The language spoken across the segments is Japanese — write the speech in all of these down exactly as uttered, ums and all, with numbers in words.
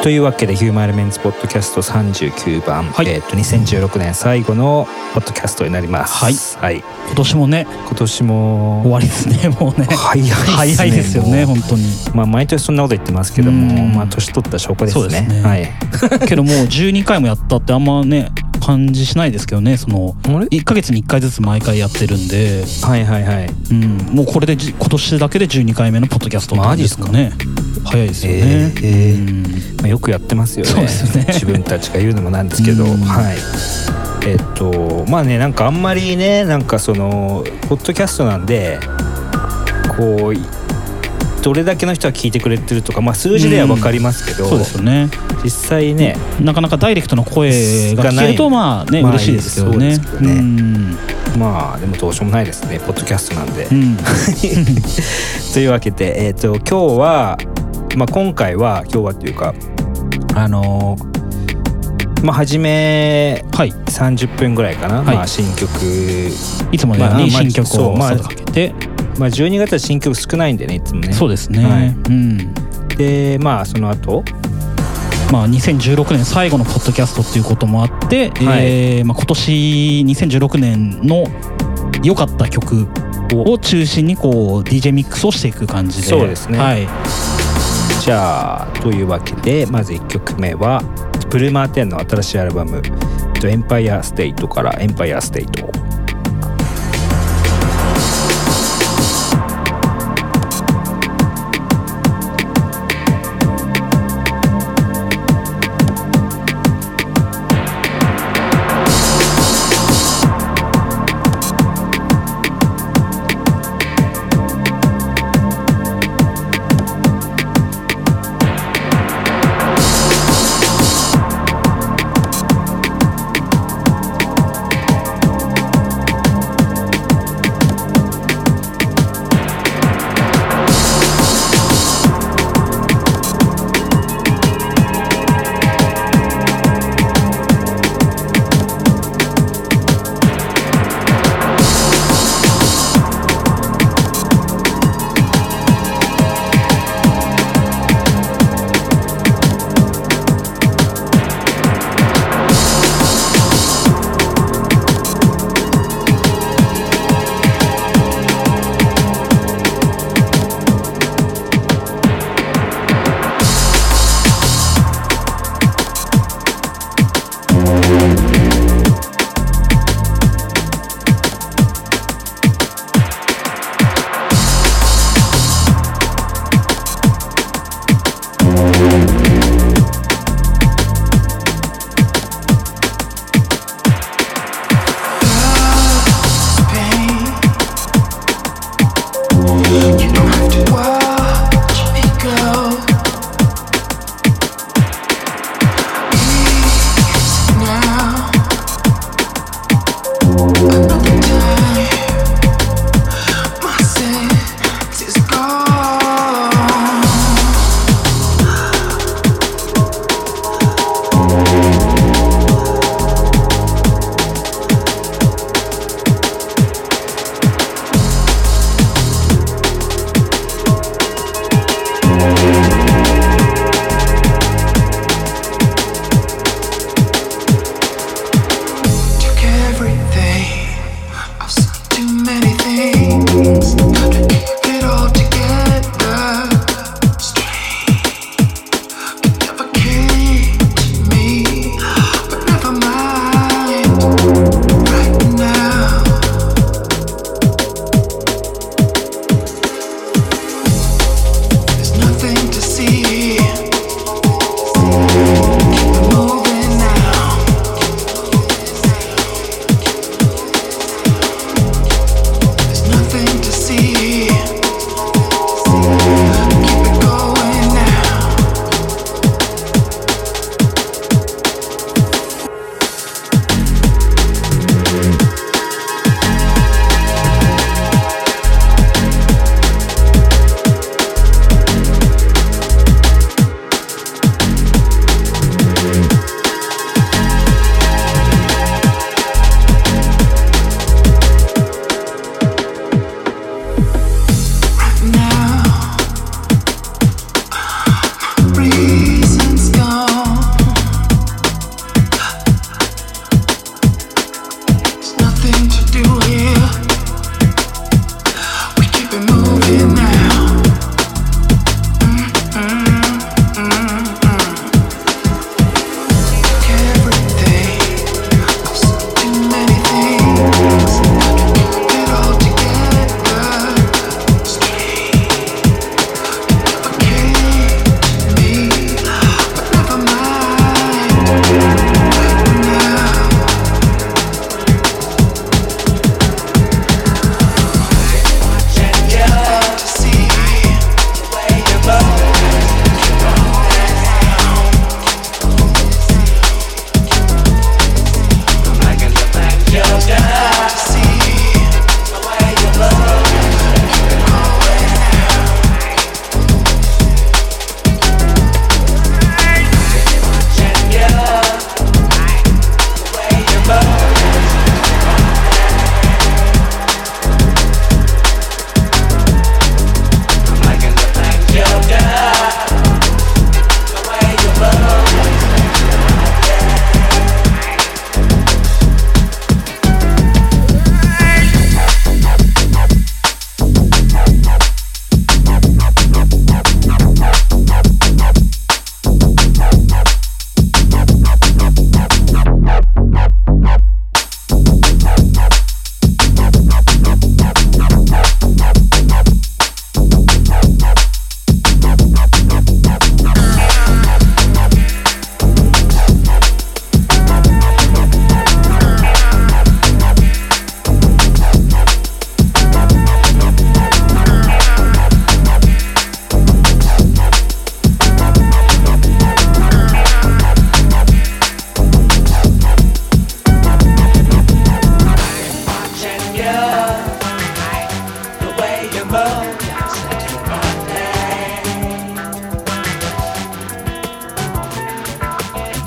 というわけでヒューマンエレメンツポッドキャストさんじゅうきゅうばん、はい、えー、とにせんじゅうろくねん最後のポッドキャストになります。 はい、はい、今年もね今年も終わりですね。もうね早いですね。 早いですよね本当に。 まあ毎年そんなこと言ってますけども、まあ年取った証拠ですね。 そうですね、はい、けどもうじゅうにかいもやったってあんまね感じしないですけどね。そのいっかげつにいっかいずつ毎回やってるんで、 はいはいはい、 うん、もうこれで今年だけでじゅうにかいめのポッドキャストなんですかね。早いですよね。 えーえーまあ、よくやってますよね。 そうですね自分たちが言うのもなんですけど、はい。えっとまあね、なんかあんまりね、なんかそのポッドキャストなんでこうどれだけの人が聞いてくれてるとか、まあ数字では分かりますけど、 そうですよね。 実際ね、 なかなかダイレクトな声が聞けるとまあね、まあ、嬉しいですけどね。 そうですけどね。うん、まあでもどうしようもないですね、ポッドキャストなんで。うん、というわけで、えっと今日は、まあ、今回は今日はっていうかあのーまあ初めさんじゅっぷんぐらいかな、はい、まあ新曲いつものように新曲をかけて、 まあじゅうにがつは新曲少ないんでね、いつもね。 そうですね。はい、うん、 でまあその後。 まあ、にせんじゅうろくねん最後のポッドキャストっていうこともあって、はい、えーまあ、今年にせんじゅうろくねんの良かった曲を中心にこう ディージェー ミックスをしていく感じで。 そうですね、 はい、 じゃあというわけでまずいっきょくめはブルーマーテンの新しいアルバム「エンパイアステイト」から「エンパイアステイト」。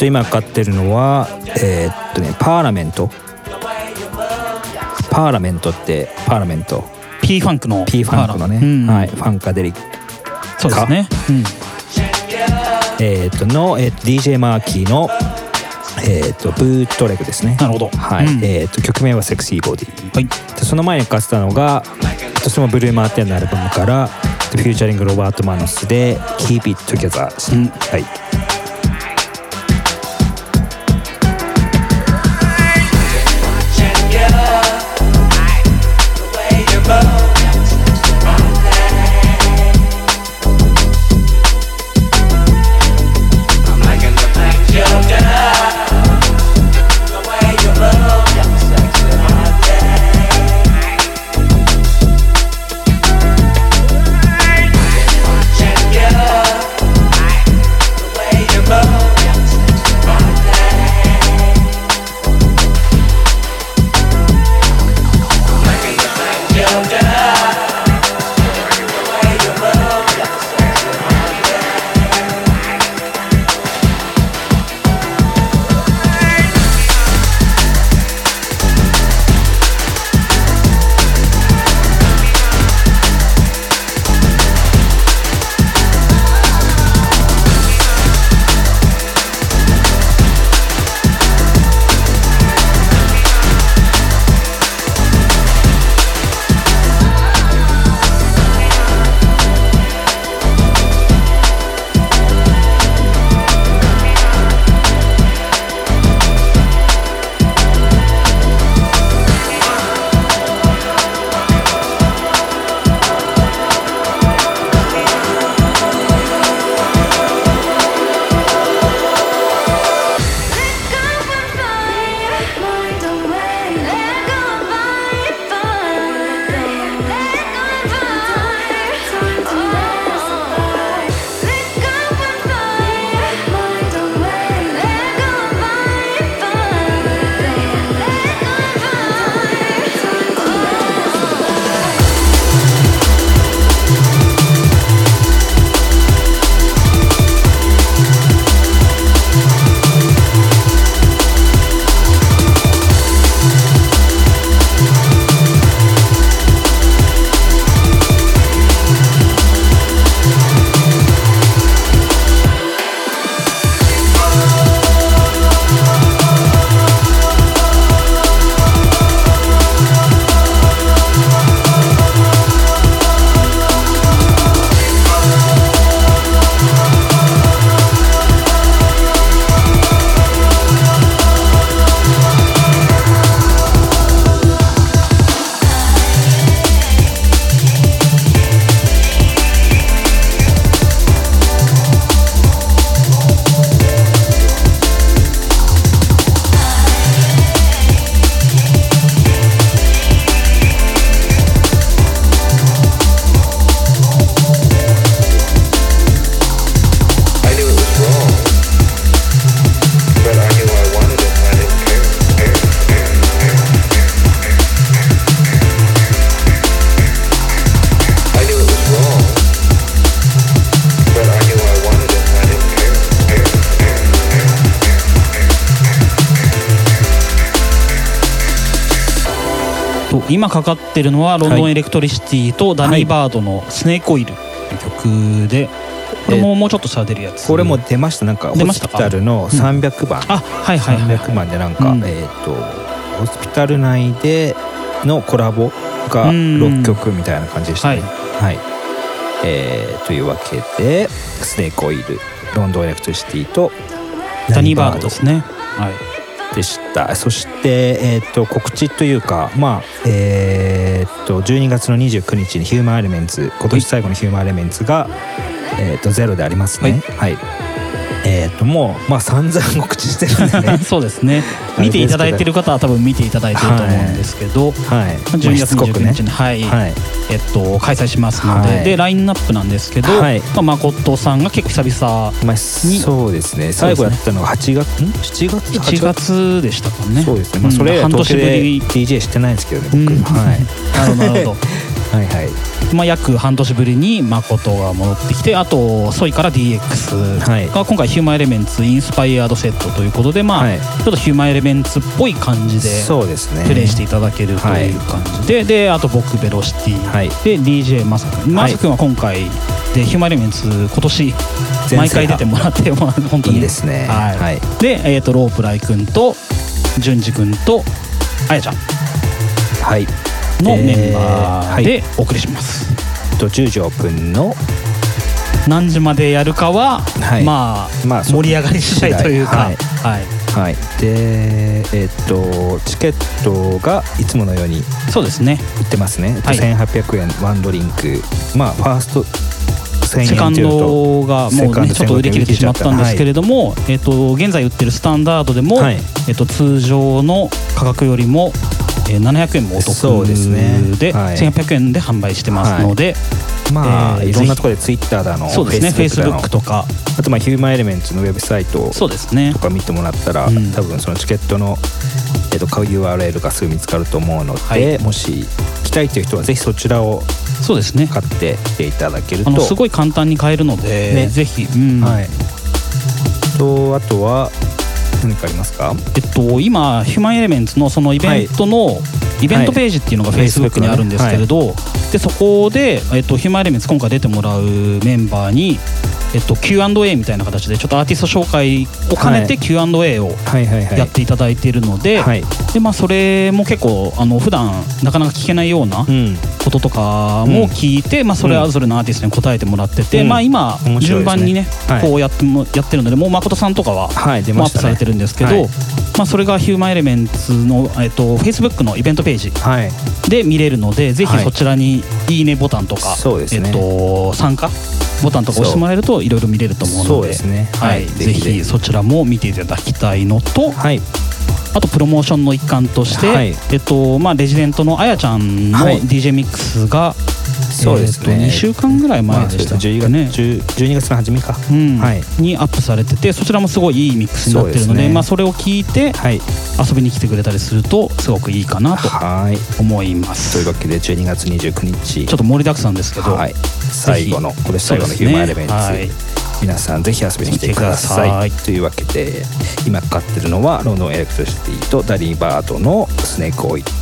と今かかってるのはえー、っとねパーラメントパーラメントってパーラメント P ファンクの P ファンクのね、うん、はい、ファンカデリそうですね、うん、 えー、っとの、えー、っと ディージェー マーキーのえー、とブートレグですね。 なるほど。 はい。うん、えー、と曲名はセクシーボディ。 はい。 でその前にかかってたのが私もブルーマーテンのアルバムからフューチャリングロバート・マノスで Keep It Together、うん、はい。 今かかってるのはロンドンエレクトリシティとダニー・バードのスネークオイルという曲で、これももうちょっと差出るやつ。 これも出ました。なんかホスピタルのさんびゃくばん、 あ、はいはいはい、 さんびゃくばんでなんか、うん、えっとホスピタル内でのコラボがろっきょくみたいな感じでしたね。はい、はい、えー、というわけでスネークオイル、ロンドンエレクトリシティとダニー・バードですね。はい。 でした。そして、えー、と告知というか、まあえー、とじゅうにがつのにじゅうくにちにヒューマンエレメンツ、今年最後のヒューマンエレメンツが、えー、とゼロでありますね。はい、はい、えー、ともう、まあ、散々告知してるんでねそうですね、見ていただいてる方は多分見ていただいてると思うんですけど、 はいはい、 じゅうにがつにじゅうくにちに、はいはい、えっと、開催しますので、はい、でラインナップなんですけど、はい、まあ、誠さんが結構久々に、まあ、 そうですね、最後やったのがはちがつ、んしちがつしちがつでしたかね。 そうですね、まあ、それは東京で ディージェー してないんですけどね、僕、うん、はい、 なるほどなるほどはいはい、 まあ、約半年ぶりに誠が戻ってきて、あとソイから ディーエックス が今回ヒューマンエレメンツインスパイアードセットということで、まあ、はい、ちょっとヒューマンエレメンツっぽい感じでプレイしていただけるという感じで、はい、であと僕ベロシティ、はい、で ディージェー マサ君、マサ君は今回でヒューマンエレメンツ今年毎回出てもらって、本当にいいですね、 はいはい、で、えー、とロープライ君と淳二君とあやちゃん、はい、のメンバーでお送りします。 えー、とじゅうじオープンの何時までやるかは、はい、まあ、まあ、盛り上がり次第というか、はいはいはい、でえっ、ー、とチケットがいつものようにそうですね売ってますね。はい、せんはっぴゃくえんワンドリンク、まあファーストセカンドがもうねちょっと売り切れてしまったんですけれども、はい、えっと現在売ってるスタンダードでも、はい、えっと通常の価格よりもななひゃくえんもお得でせんはっぴゃくえんで販売してますので、 まあいろんなところでツイッターだの、 そうですね、フェイスブックとか、 あとまあヒューマンエレメンツのウェブサイトとか見てもらったら、多分そのチケットのえと買う ユーアールエル がすぐ見つかると思うので、もし来たいという人はぜひそちらをそうですね買ってきていただけると、 あのすごい簡単に買えるので、ね、ぜひ、うん、はい、 とあとは何かありますか？ えっと今ヒューマンエレメンツのそのイベントの、はい、イベントページっていうのが Facebook にあるんですけれど、はい、でそこで、えっと、ヒューマンエレメンツ今回出てもらうメンバーに、えっと、キューアンドエー みたいな形でちょっとアーティスト紹介を兼ねて キューアンドエー をやっていただいているので、で、まあ、それも結構あの普段なかなか聞けないようなこととかも聞いて、うん、まあ、それぞれのアーティストに答えてもらってて、うん、まあ、今順番にね、はい、こうやってもやってるので、もう誠さんとかはもうアップされてるんですけど、はい、まあ、それがヒューマンエレメンツの、えっと、Facebook のイベントページで見れるので、ぜひそちらにいいねボタンとか、はい、えっと、参加ボタンとか押してもらえるといろいろ見れると思うので、そうですね、はい、ぜひそちらも見ていただきたいのと、はい、あとプロモーションの一環として、はい、えっとまあ、レジデントのあやちゃんの ディージェー ミックスが、そうですね、えー、にしゅうかんぐらい前でしたっけね、まあ、じゅうにがつの初めか、うん、はい、にアップされてて、そちらもすごいいいミックスになってるの で, で、ね、まあ、それを聞いて、はい、遊びに来てくれたりするとすごくいいかなと思います。 というわけでじゅうにがつにじゅうくにち、 ちょっと盛りだくさんですけど、はい、 最後のこれ最後のヒューマンエレメンツ、はい、皆さんぜひ遊びに来てください。というわけで今かかってるのはロンドンエレクトリシティとダニー・バートのスネークオイル。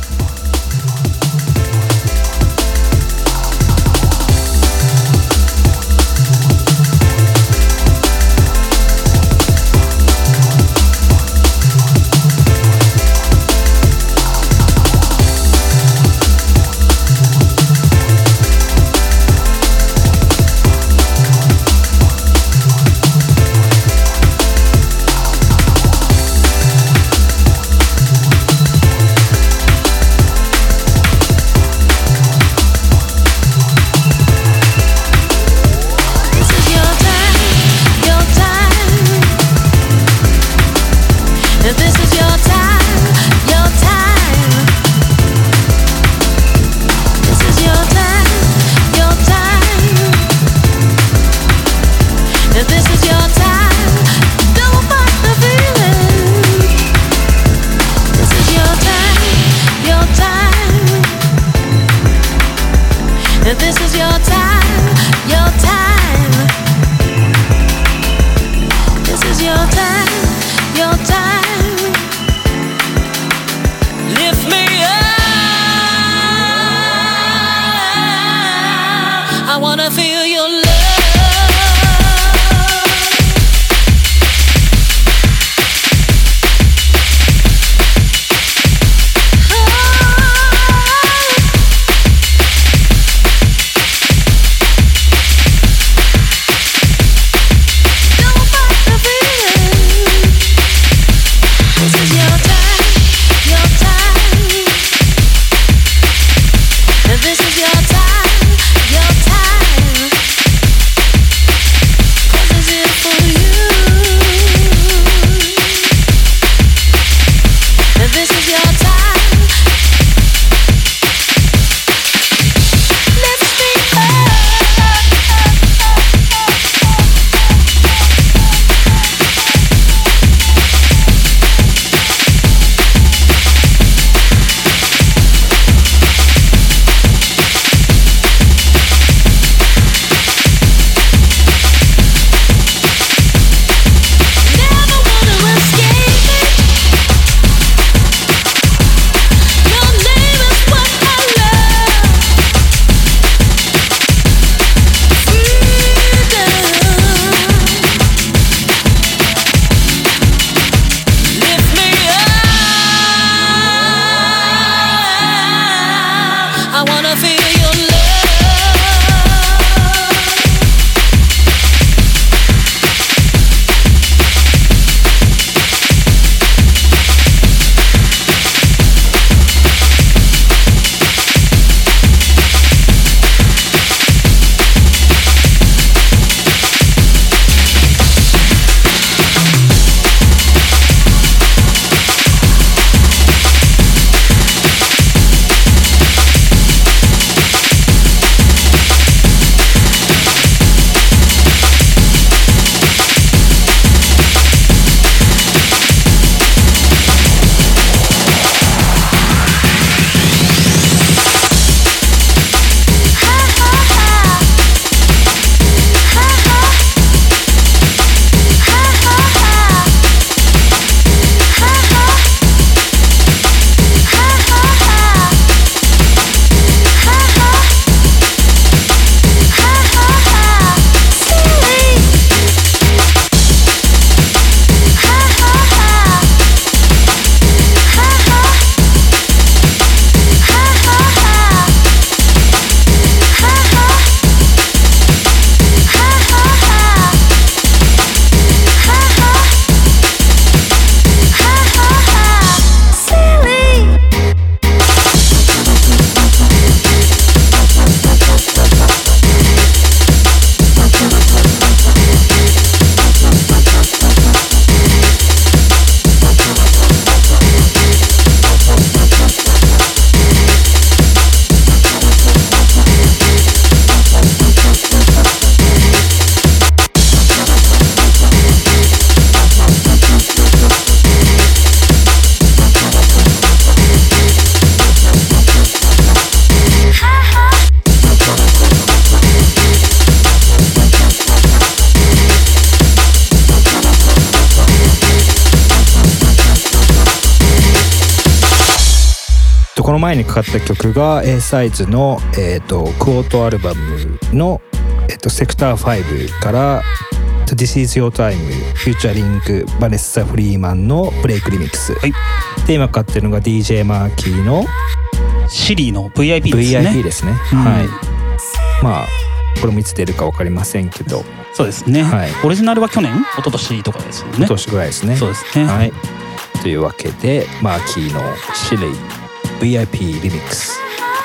This この前にかかった曲が A サイズの、えー、とクォートアルバムの、えー、とセクターファイブからThis is your time フューチャリングバネッサ・フリーマンのブレイクリミックス、はい、で今かかってるのが ディージェー マーキーのシリーの ブイアイピー ですね。 ブイアイピー ですね、うん、はい。まあこれもいつ出るか分かりませんけど、 そうですね、はい、オリジナルは去年一昨年とかですよね。 一昨年ぐらいですね。 そうですね、 はい。というわけでマーキーのシリー ブイアイピー リミックス。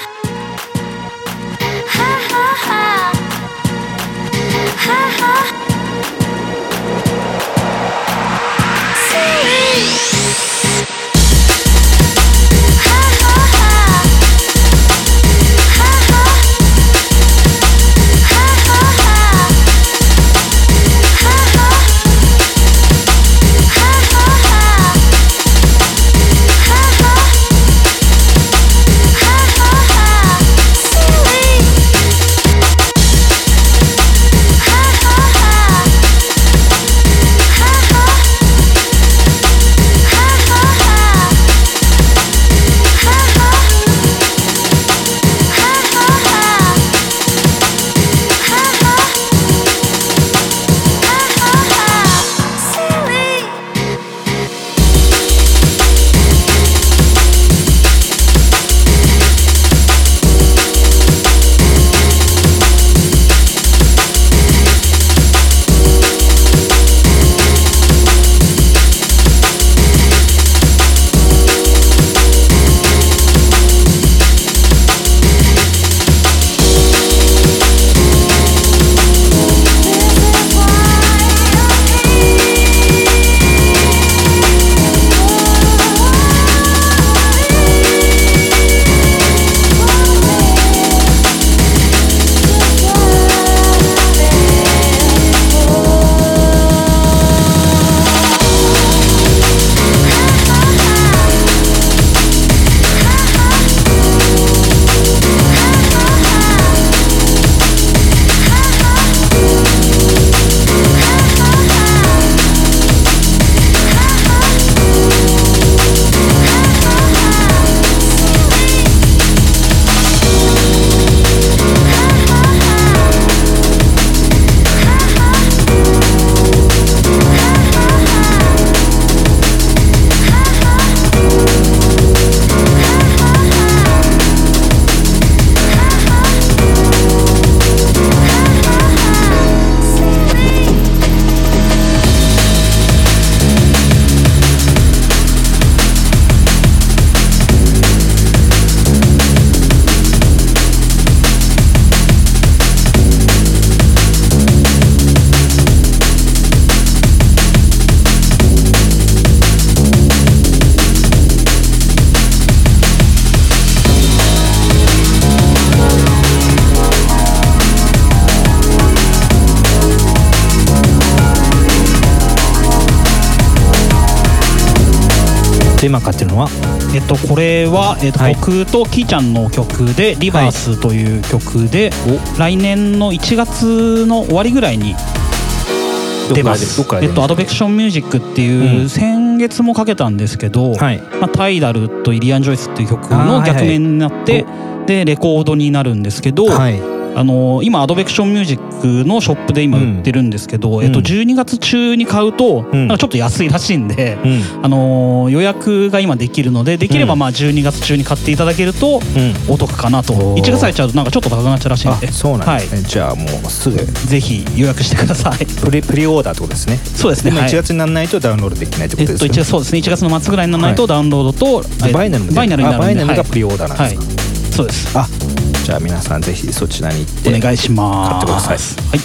今買ってるのはえっとこれは、えっとはい、僕とキーちゃんの曲でリバースという曲で、はい、来年のいちがつの終わりぐらいに出ます。えっとアドベクションミュージックっていう、うん、先月もかけたんですけど、はい、まあ、タイダルとイリアン・ジョイスっていう曲の逆面になって、はいはい、でレコードになるんですけど、はい、あの今アドベクションミュージックのショップで今売ってるんですけど、うん、えっと、じゅうにがつ中に買うと、うん、なんかちょっと安いらしいんで、うん、あの予約が今できるので、できればまあじゅうにがつ中に買っていただけるとお得かなと、うん、いちがつ入っちゃうとなんかちょっと高くなっちゃうらしいんで。 そうなんですね、はい、じゃあもうすぐぜひ予約してください。 プリ、プリオーダーってことですね。 そうですね。 でもいちがつにならないとダウンロードできないってことですね。 えっと、そうですね、いちがつの末ぐらいにならないとダウンロードと、 はい、バイナルバイナルになるんで、 バイナルがプリオーダーなんですか。 はいはい、そうです。 あ、じゃあ皆さんぜひそちらに行ってお願いします。 買ってください。はい。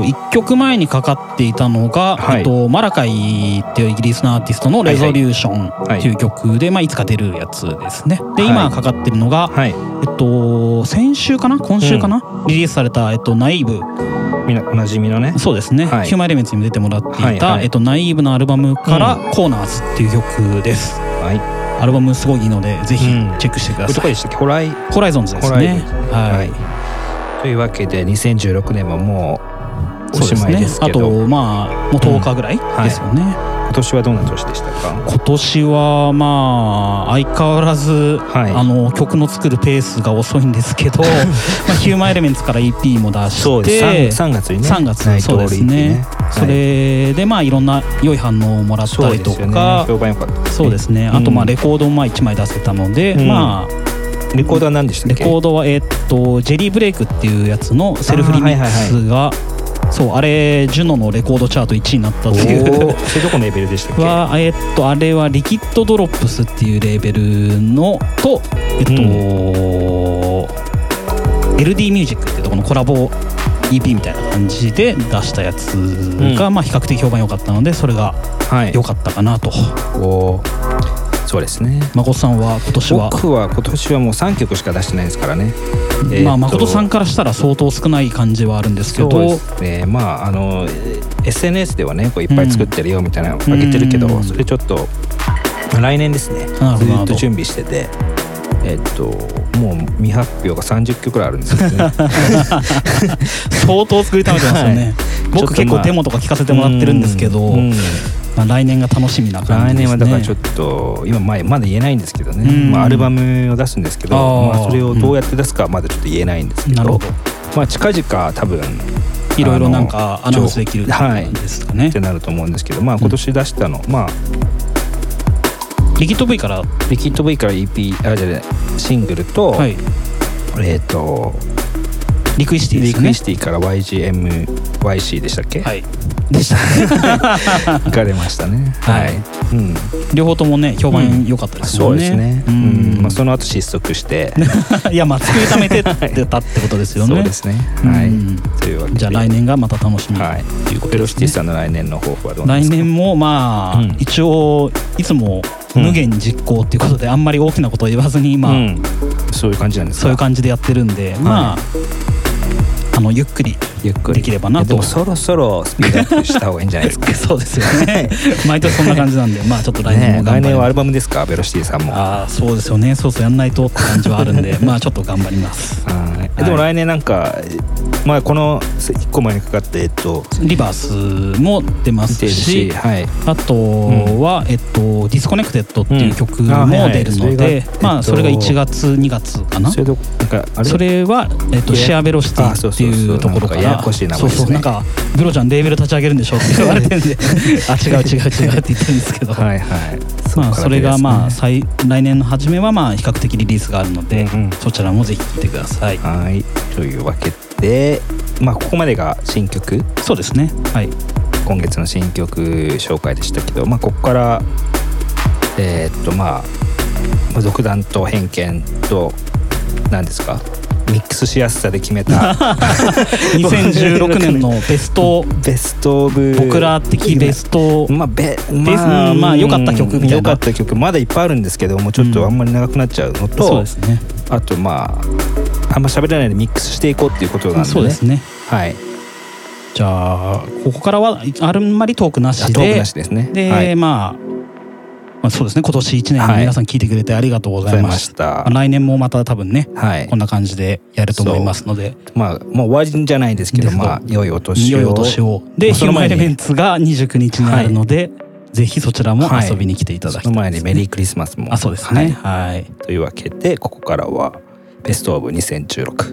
いっきょくまえにかかっていたのが、はいえっと、マラカイっていうイギリスのアーティストのレゾリューションっていう曲で、はいはいまあ、いつか出るやつですね。で今かかってるのが、はいえっと、先週かな今週かな、うん、リリースされた、えっと、ナイーブみなおなじみのねそうですね、はい、ヒューマンエレメンツにも出てもらっていた、はいはいえっと、ナイーブのアルバムから、うん、コーナーズっていう曲です、はいアルバムすごいいいのでぜひチェックしてください、うん、 どこでしたっけホライホライゾンズですね、 はいはい、というわけでにせんじゅうろくねんももうおしまいですけど、 ね、あとまあもうとおかぐらいですよね、うんはい今年はどんな年でしたか？ 今年はまあ相変わらず、はい、あの曲の作るペースが遅いんですけどまあヒューマンエレメンツから イーピー も出してそうです 3, 3月にねさんがつそうですね、ねはい、それでまあいろんな良い反応をもらったりとかそうですよね評判良かったですねそうですねあとまあレコードもまあいちまい出せたので、うん、まあレコードは何でしたっけ？ レコードはえー、っとジェリーブレイクっていうやつのセルフリミックスがそうあれジュノのレコードチャートいちいになったっていうそれどこのレーベルでしたっけ？ はえっとあれはリキッドドロップスっていうレーベルのとえっと、うん、エルディー ミュージックっていうところのコラボ イーピー みたいな感じで出したやつが、うん、まあ比較的評判良かったのでそれが良かったかなと、はい、おそうですね。 誠さんは今年は僕は今年はもうさんきょくしか出してないですからね。 えー、まあ誠さんからしたら相当少ない感じはあるんですけど、 そうですね。まああの エスエヌエス ではねこういっぱい作ってるよみたいなの上げてるけど、うん、それちょっと来年ですね。ずっと準備してて、えっともう未発表がさんじゅっきょくくらいあるんですよね。 相当作りためてますよね。はい、僕結構デモとか聞かせてもらってるんですけど。うんうんまあ、来年が楽しみな感じですね。来年はだからちょっと今まだ言えないんですけどね、うんまあ、アルバムを出すんですけど、まあ、それをどうやって出すかはまだちょっと言えないんですけど、うん、なるほどまあ近々多分いろいろなんかアナウンスできるんですかね、はい、 ってなると思うんですけど、まあ、今年出したの、うん、まあリキッド V からリキッド V から イーピー あじゃあシングルと、はい、えっ、ー、とリクイシティですね。 リクイシティから ワイジーエムワイシー でしたっけ？ はいでしたね行かれましたねはい、はいうん、両方ともね評判良かったですよね、 うん、そうですね、うんうんまあ、その後失速していやまあ作りためてたってことですよねそうですねはい、うん、というわけでじゃあ来年がまた楽しみ、はい、 ということですね。ベロシティさんの来年の抱負はどうなんですか？ 来年もまあ、うん、一応いつも無限実行っていうことで、うん、あんまり大きなことを言わずにまあ、うん、 そういう感じなんですか？ そういう感じでやってるんで、はい、まああのゆっくりできればなと。 でもそろそろスピードアップした方がいいんじゃないですか？ そうですよね毎年そんな感じなんでまあちょっと来年も頑張ります、ね、来年はアルバムですか？ベロシティさんも。 ああそうですよねそうそうやんないとって感じはあるんでまあちょっと頑張りますはい、でも来年なんかまあこのいっこまえにかかってえっとリバースも出ますし、はい、あとは、うん、えっとディスコネクテッドっていう曲も出るので、うんまあそれがいちがつにがつかな。それどなんかあれそれはえっとシェアベロシティっていうところからややこしい名前ですね。そうそうなんかブロちゃんレーベル立ち上げるんでしょって言われてるんであ違う違う違うって言ってるんですけどはいはいまあそれがまあ再来年の初めはまあ比較的リリースがあるので、うんうん、そちらもぜひ聴いてください。 はいというわけでまあここまでが新曲そうですねはい今月の新曲紹介でしたけどまあここからえー、っとまあ独断と偏見と何ですかミックスしやすさで決めたにせんじゅうろくねんのベストベストオブ僕ら的ベストまあベまあまあ良かった曲みたいな良かった曲まだいっぱいあるんですけどもちょっとあんまり長くなっちゃうのと、うん、 そうですねあとまああんま喋らないでミックスしていこうっていうことなんでねそうですねはいじゃあここからはあんまりトークなしでトークなしですねで、はい、まあまあ、そうですね今年いちねん皆さん聞いてくれてありがとうございました、はいまあ、来年もまた多分ね、はい、こんな感じでやると思いますのでまあもう終わりじゃないですけどまあ良いお年を良いお年をでヒューマンエレメンツがにじゅうくにちにあるので、はい、ぜひそちらも遊びに来ていただきたいです、ね、 その前にメリークリスマスもあそうですね、はい、はい、 というわけでここからはベストオブにせんじゅうろく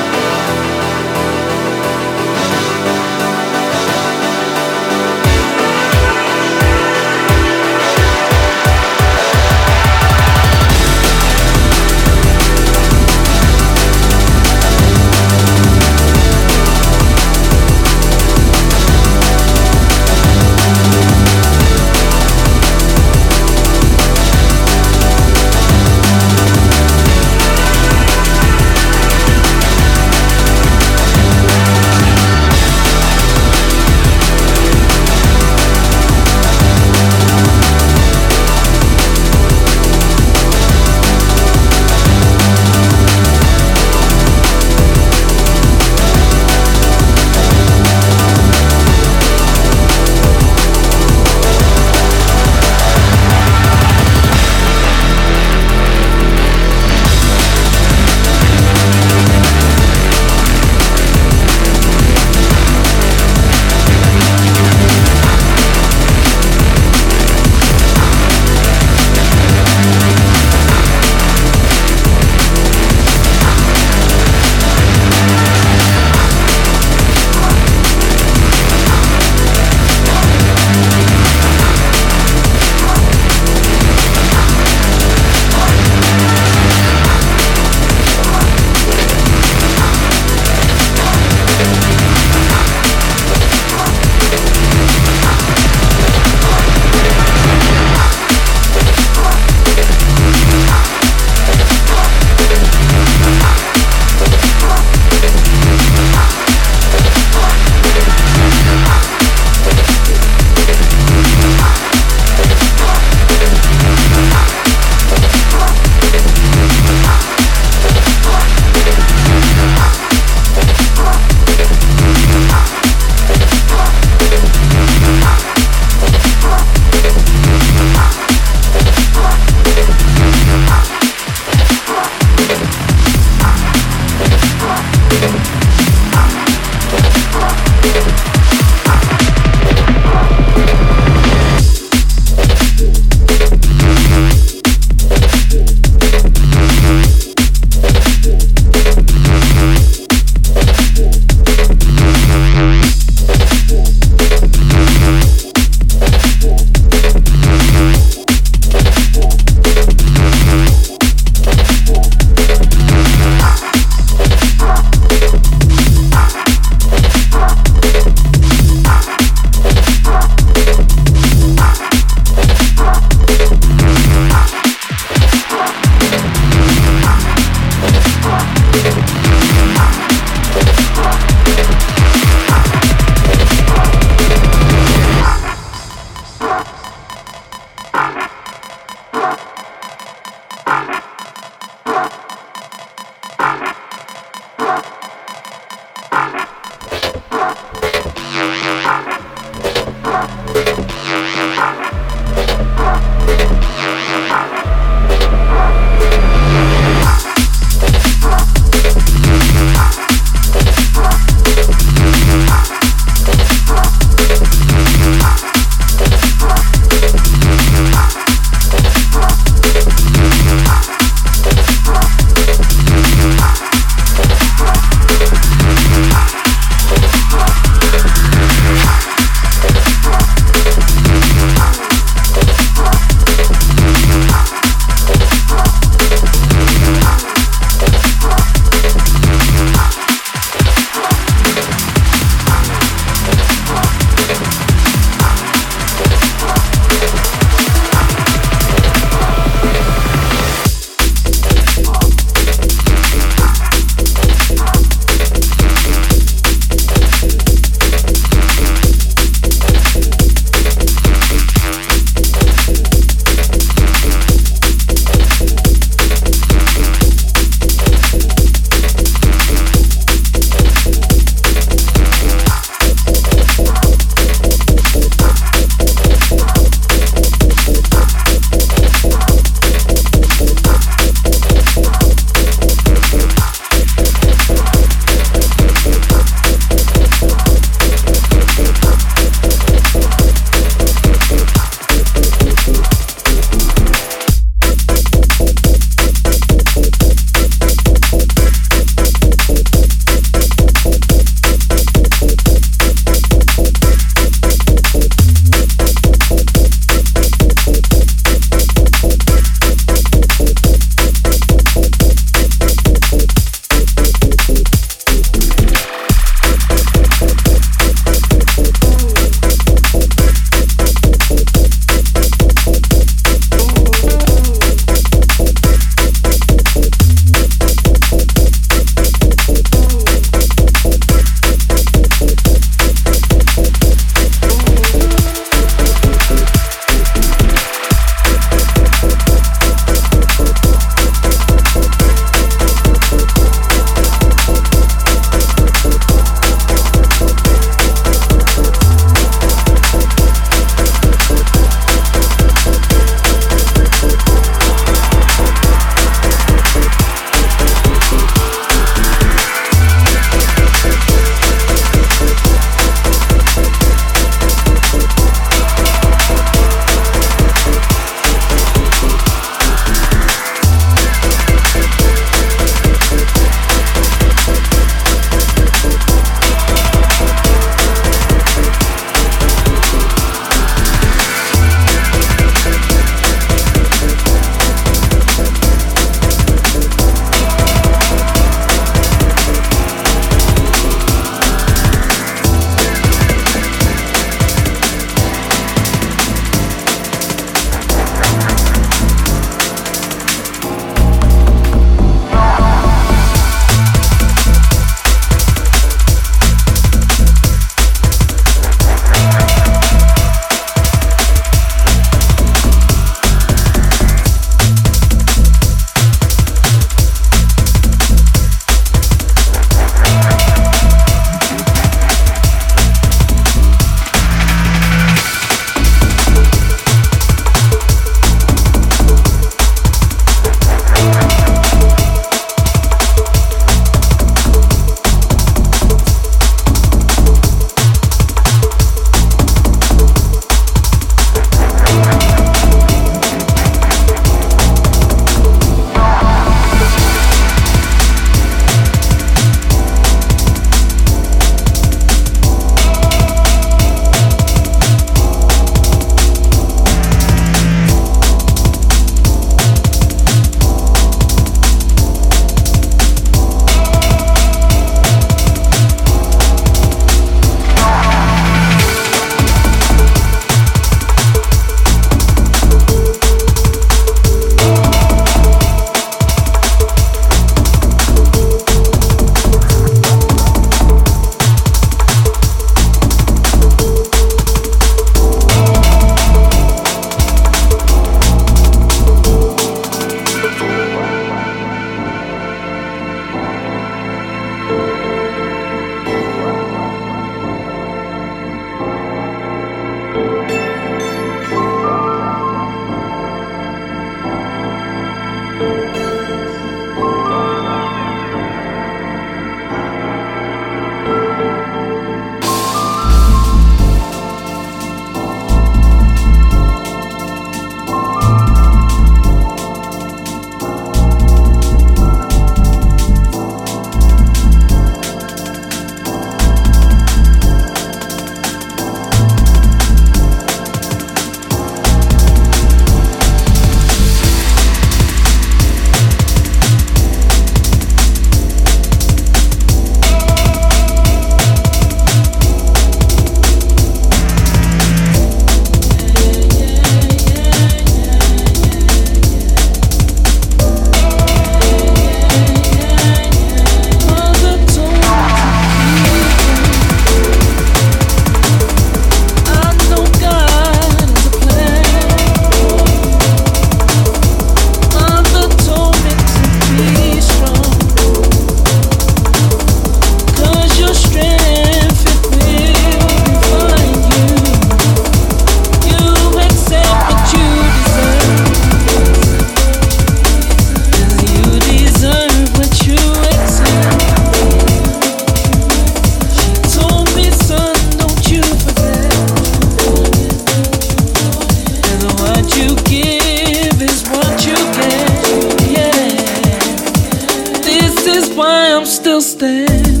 is why I'm still standing.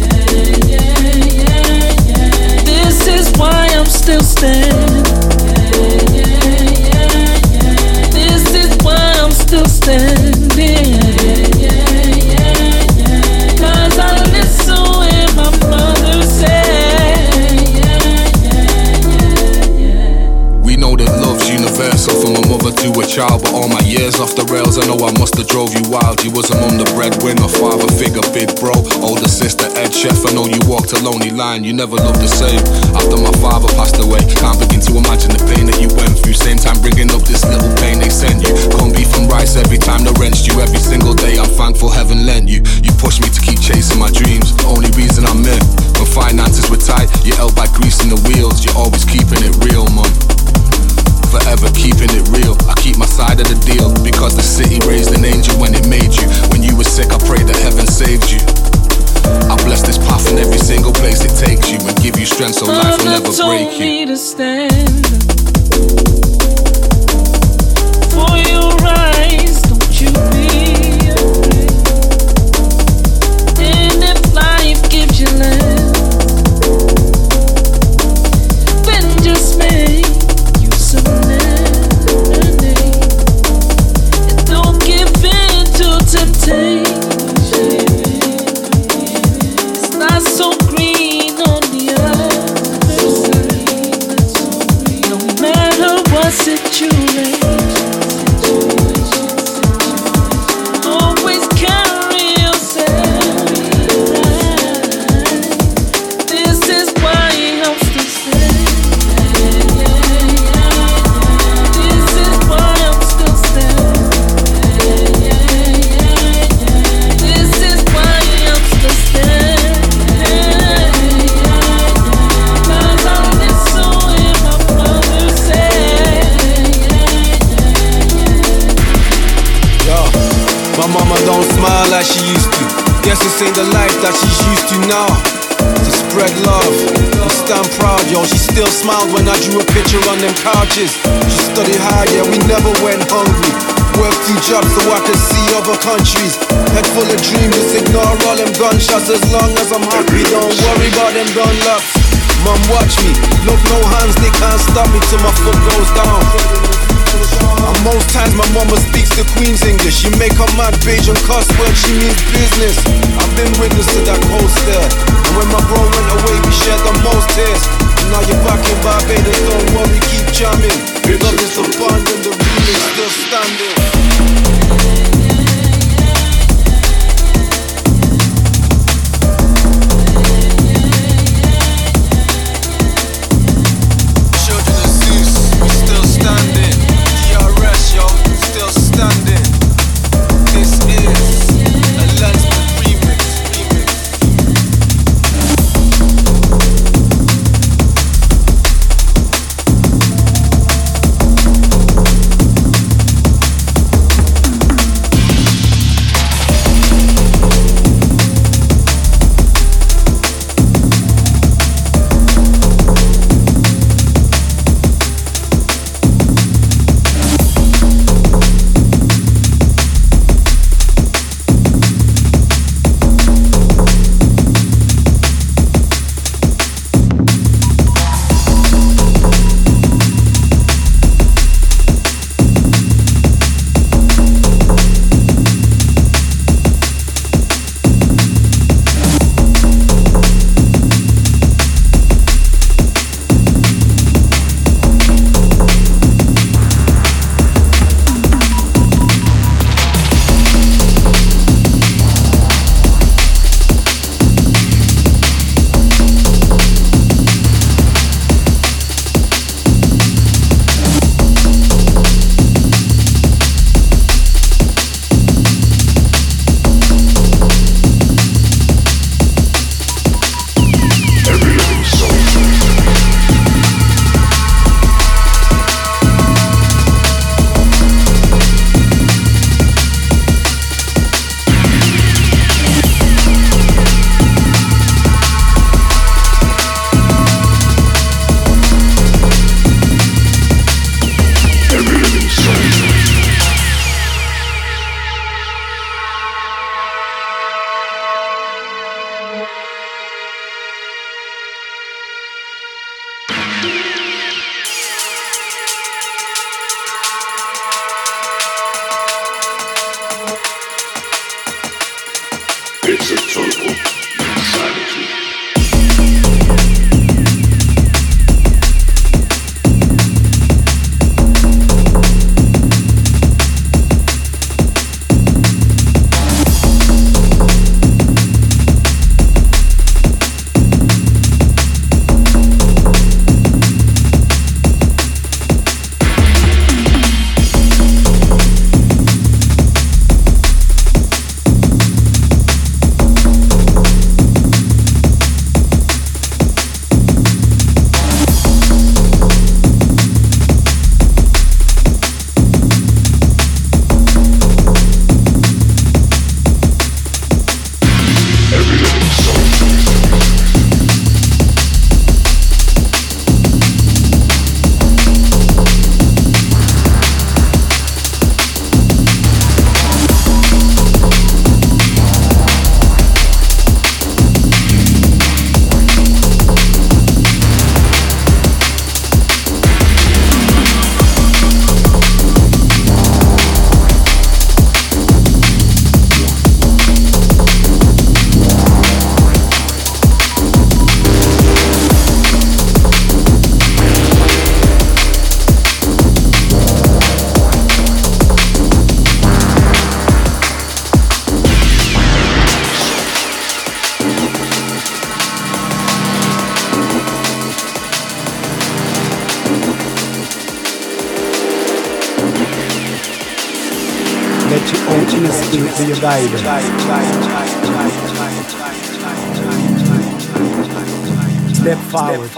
This is why I'm still standing. This is why I'm still standing. Cause I listen when my brother said. We know that love's universal, from a mother to a child. But all my years off the rails, I know I must have drove you wild. You was a mum, the breadwinner, father figure, big bro, older sister, head chef. I know you walked a lonely line, you never loved the same. After my father passed away, can't begin to imagine the pain that you went through. Same time bringing up this little pain they send you. Corned beef and rice every time the rent's due. Every single day I'm thankful heaven lent you. You pushed me to keep chasing my dreams, the only reason I'm in. When finances were tight, you held back greasing the wheels. You're always keeping it real, man. Forever keeping it real. I keep my side of the deal, because the city raised an angel when it made you. When you were sick, I pray that heaven saved you. I bless this path in every single place it takes you, and give you strength so life will never break you. Me to stand for your rise, don't you be afraid. And if life gives you less, then just make and don't give in to temptation. It's not so green on the other side. No matter what situation, always carry yourself right. This is why I'm still saying. Like she used to. Guess this ain't the life that she's used to now. To spread love and stand proud, yo. She still smiled when I drew a picture on them couches. She studied hard, yeah, we never went hungry. Worked two jobs so I could see other countries. Head full of dreams, just ignore all them gunshots. As long as I'm happy, don't worry about them Dunlops. Mom, watch me, look, no hands, they can't stop me till my foot goes down. And most times my mama speaks the Queen's English. She make her mad beige and cuss when she means business. I've been witness to that coast there. And when my bro went away, we shared the most tears. And now you're back in Barbados, don't worry, keep jamming. Love is abundant, the remix still standing. It's a total insanity. To your guidance. Step forward.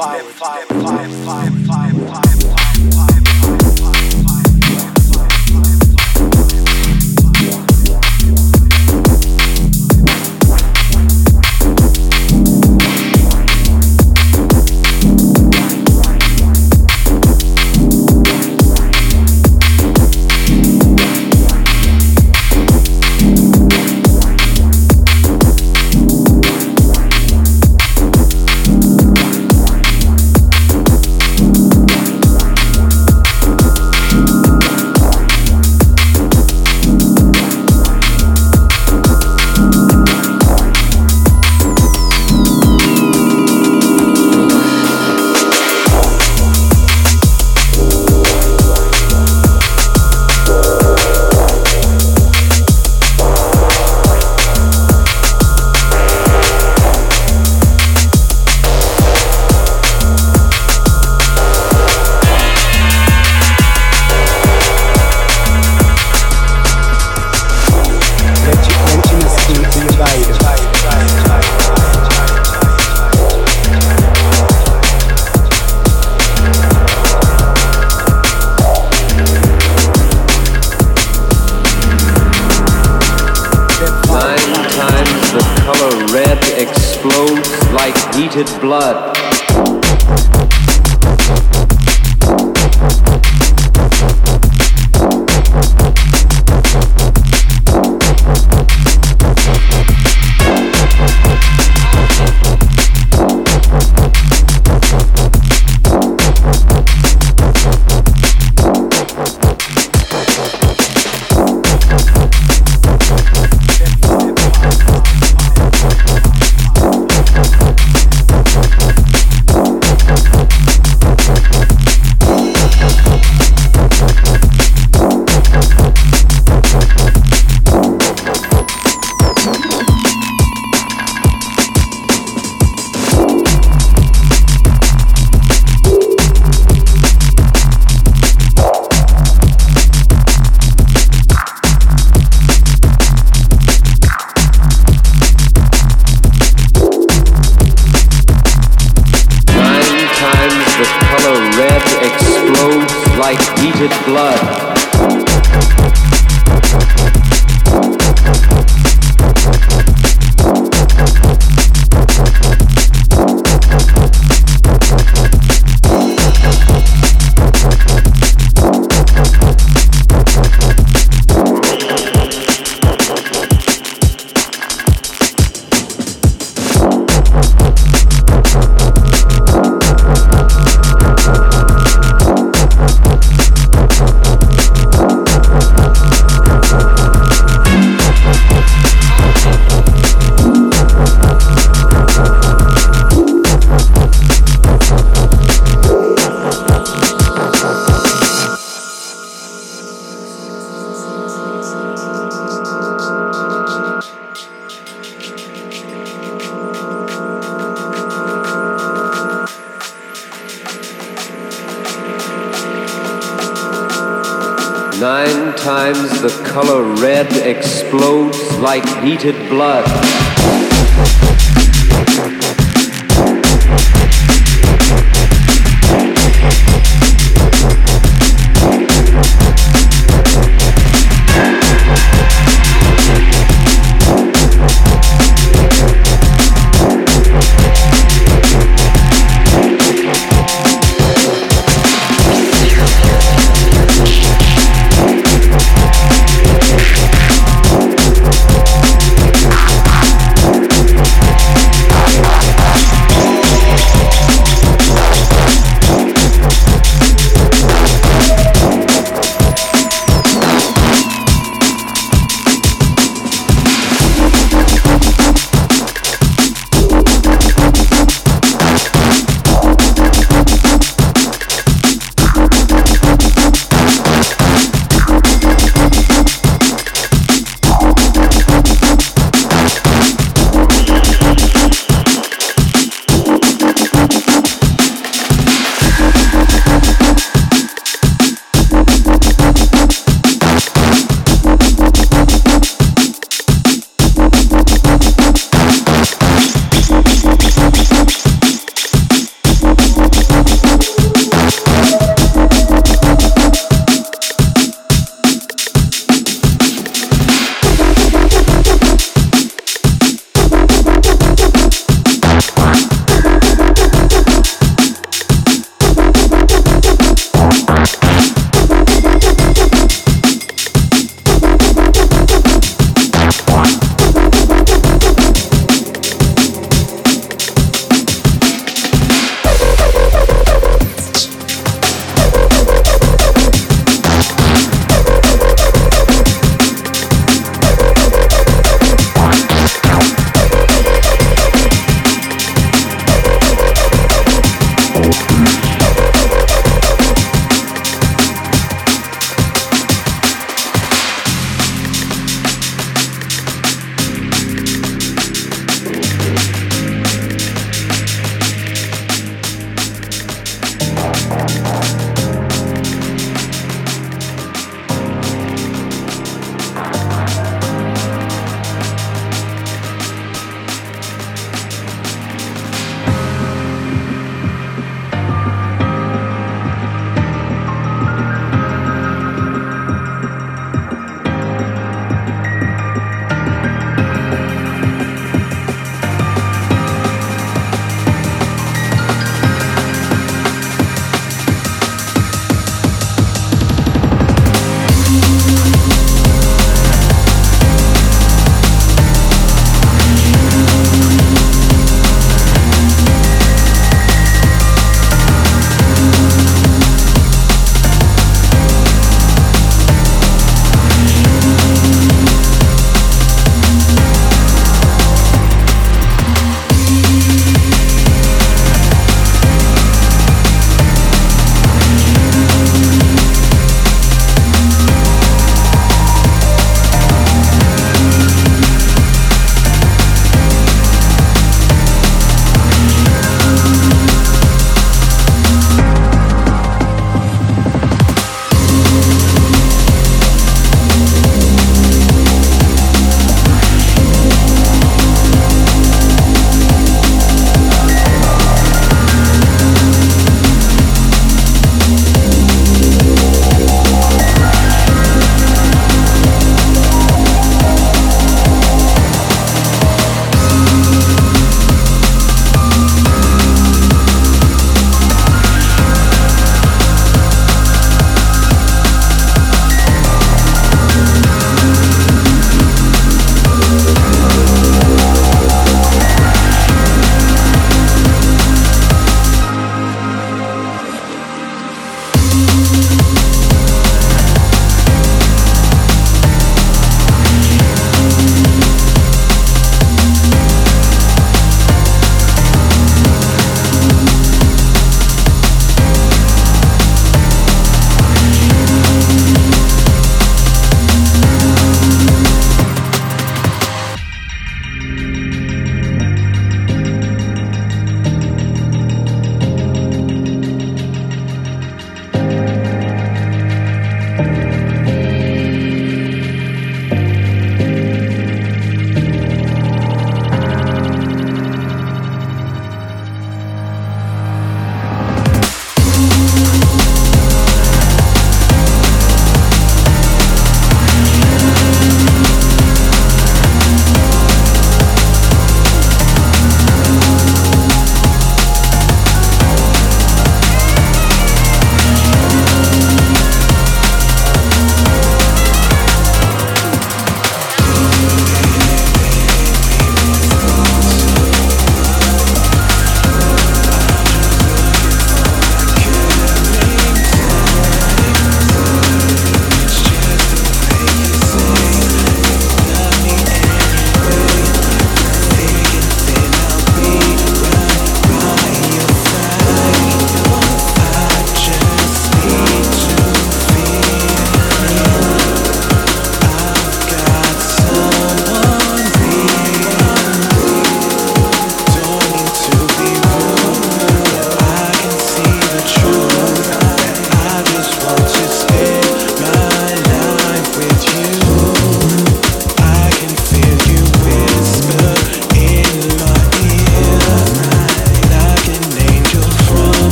Heated blood. times the color red explodes like heated blood.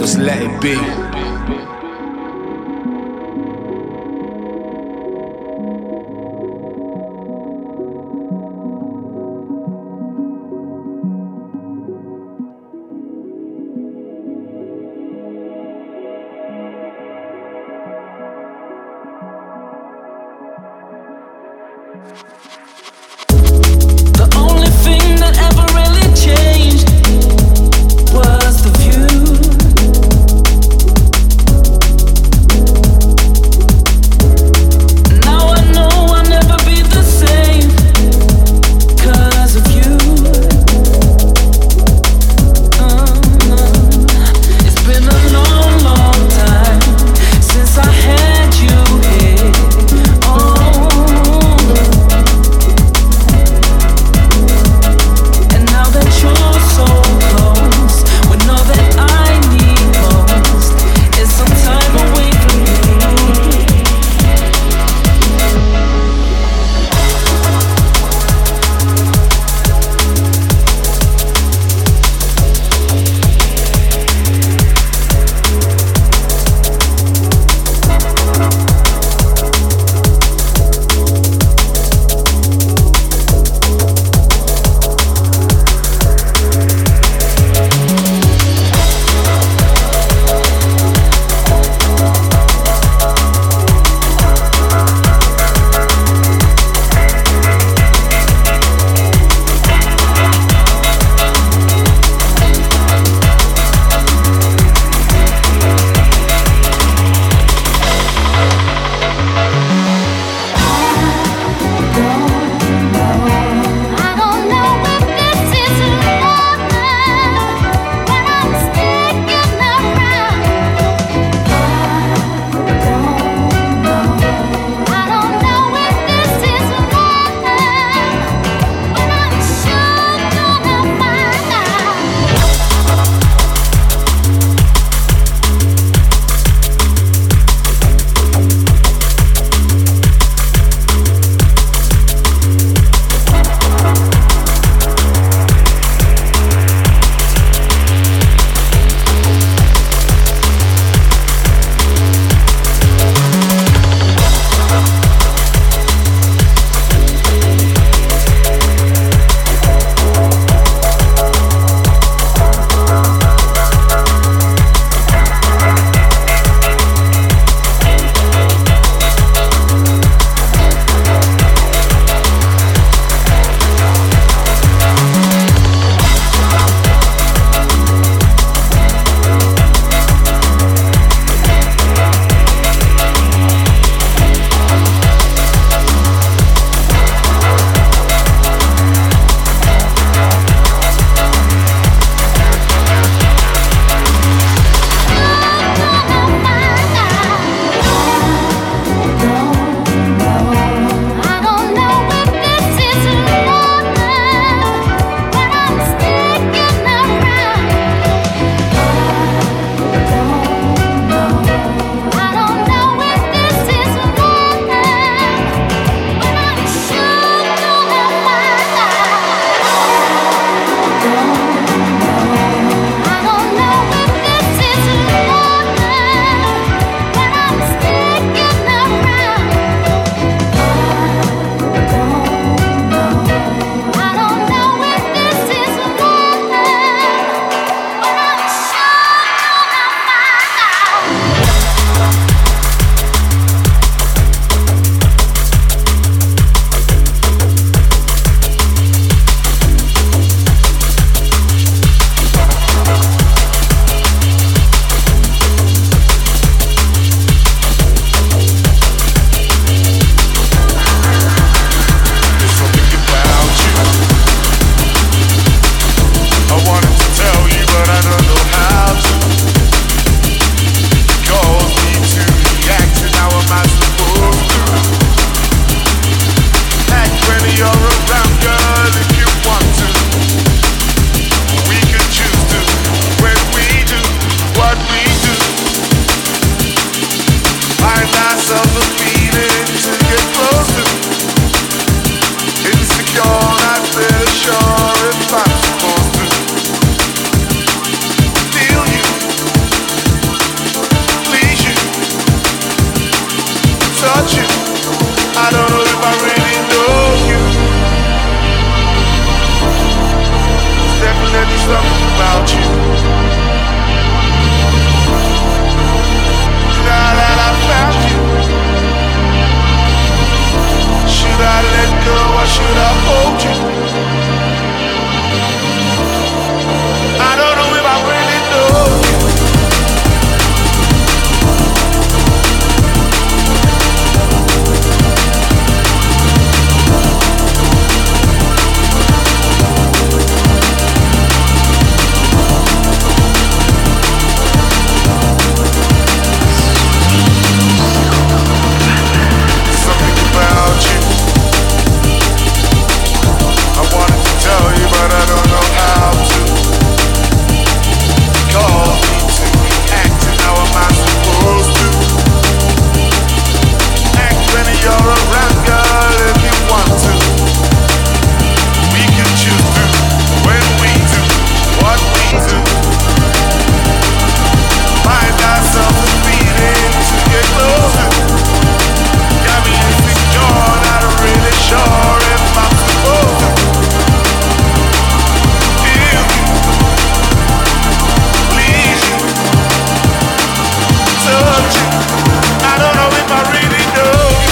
just let it be. Was the view about you. Now that I found you, should I let go or should I hold you? I don't know if I really know you. Something about you I wanted to tell you, but I don't know how to. Call me to act, and how am I supposed to act when you're around, girl, if you want to? We can choose to, when we do, what we do. Find ourselves a feeling to get closer. Got me insecure, not really sure if I'm supposed to feel you, please you, touch you. I don't know if I really know you.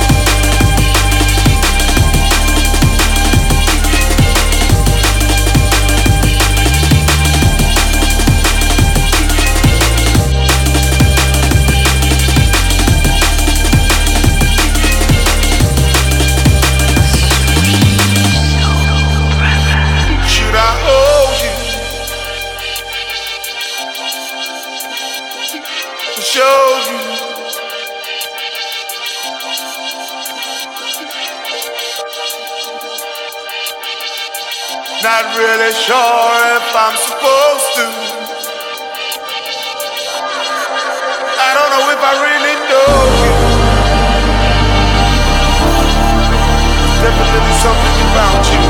Should I hold you? Show you? Not really sure if I'm supposed to. I don't know if I really know you. Definitely something about you.